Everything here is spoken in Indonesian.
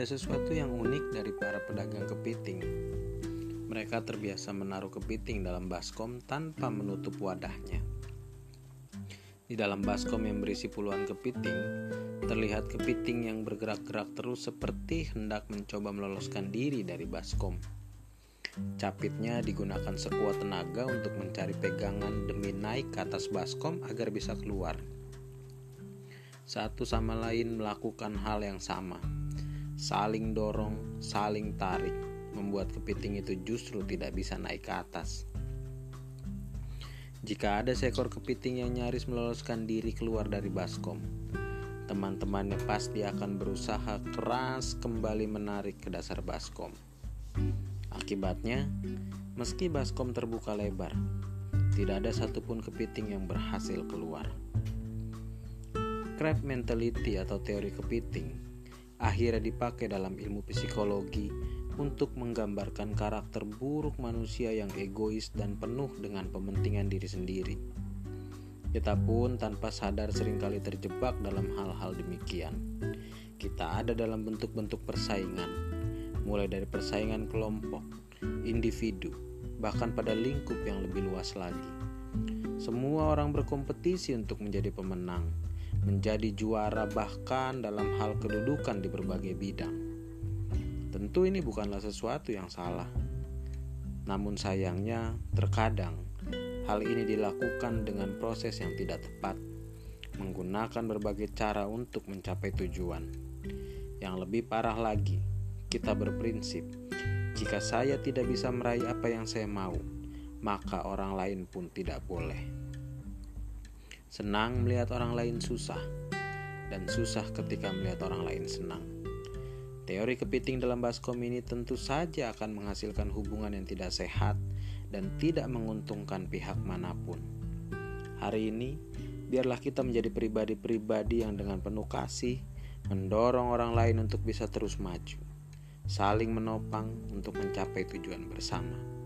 Ada sesuatu yang unik dari para pedagang kepiting. Mereka terbiasa menaruh kepiting dalam baskom tanpa menutup wadahnya. Di dalam baskom yang berisi puluhan kepiting, terlihat kepiting yang bergerak-gerak terus seperti hendak mencoba meloloskan diri dari baskom. Capitnya digunakan sekuat tenaga untuk mencari pegangan demi naik ke atas baskom agar bisa keluar. Satu sama lain melakukan hal yang sama. Saling dorong, saling tarik, membuat kepiting itu justru tidak bisa naik ke atas. Jika ada seekor kepiting yang nyaris meloloskan diri keluar dari baskom, teman-temannya pasti akan berusaha keras kembali menarik ke dasar baskom. Akibatnya, meski baskom terbuka lebar, tidak ada satupun kepiting yang berhasil keluar. Crab mentality atau teori kepiting akhirnya dipakai dalam ilmu psikologi untuk menggambarkan karakter buruk manusia yang egois dan penuh dengan pementingan diri sendiri. Kita pun tanpa sadar seringkali terjebak dalam hal-hal demikian. Kita ada dalam bentuk-bentuk persaingan, mulai dari persaingan kelompok, individu, bahkan pada lingkup yang lebih luas lagi. Semua orang berkompetisi untuk menjadi pemenang, menjadi juara bahkan dalam hal kedudukan di berbagai bidang. Tentu ini bukanlah sesuatu yang salah. Namun sayangnya terkadang hal ini dilakukan dengan proses yang tidak tepat, menggunakan berbagai cara untuk mencapai tujuan. Yang lebih parah lagi, kita berprinsip, jika saya tidak bisa meraih apa yang saya mau, maka orang lain pun tidak boleh. Senang melihat orang lain susah, dan susah ketika melihat orang lain senang. Teori kepiting dalam baskom ini tentu saja akan menghasilkan hubungan yang tidak sehat dan tidak menguntungkan pihak manapun. Hari ini, biarlah kita menjadi pribadi-pribadi yang dengan penuh kasih mendorong orang lain untuk bisa terus maju, saling menopang untuk mencapai tujuan bersama.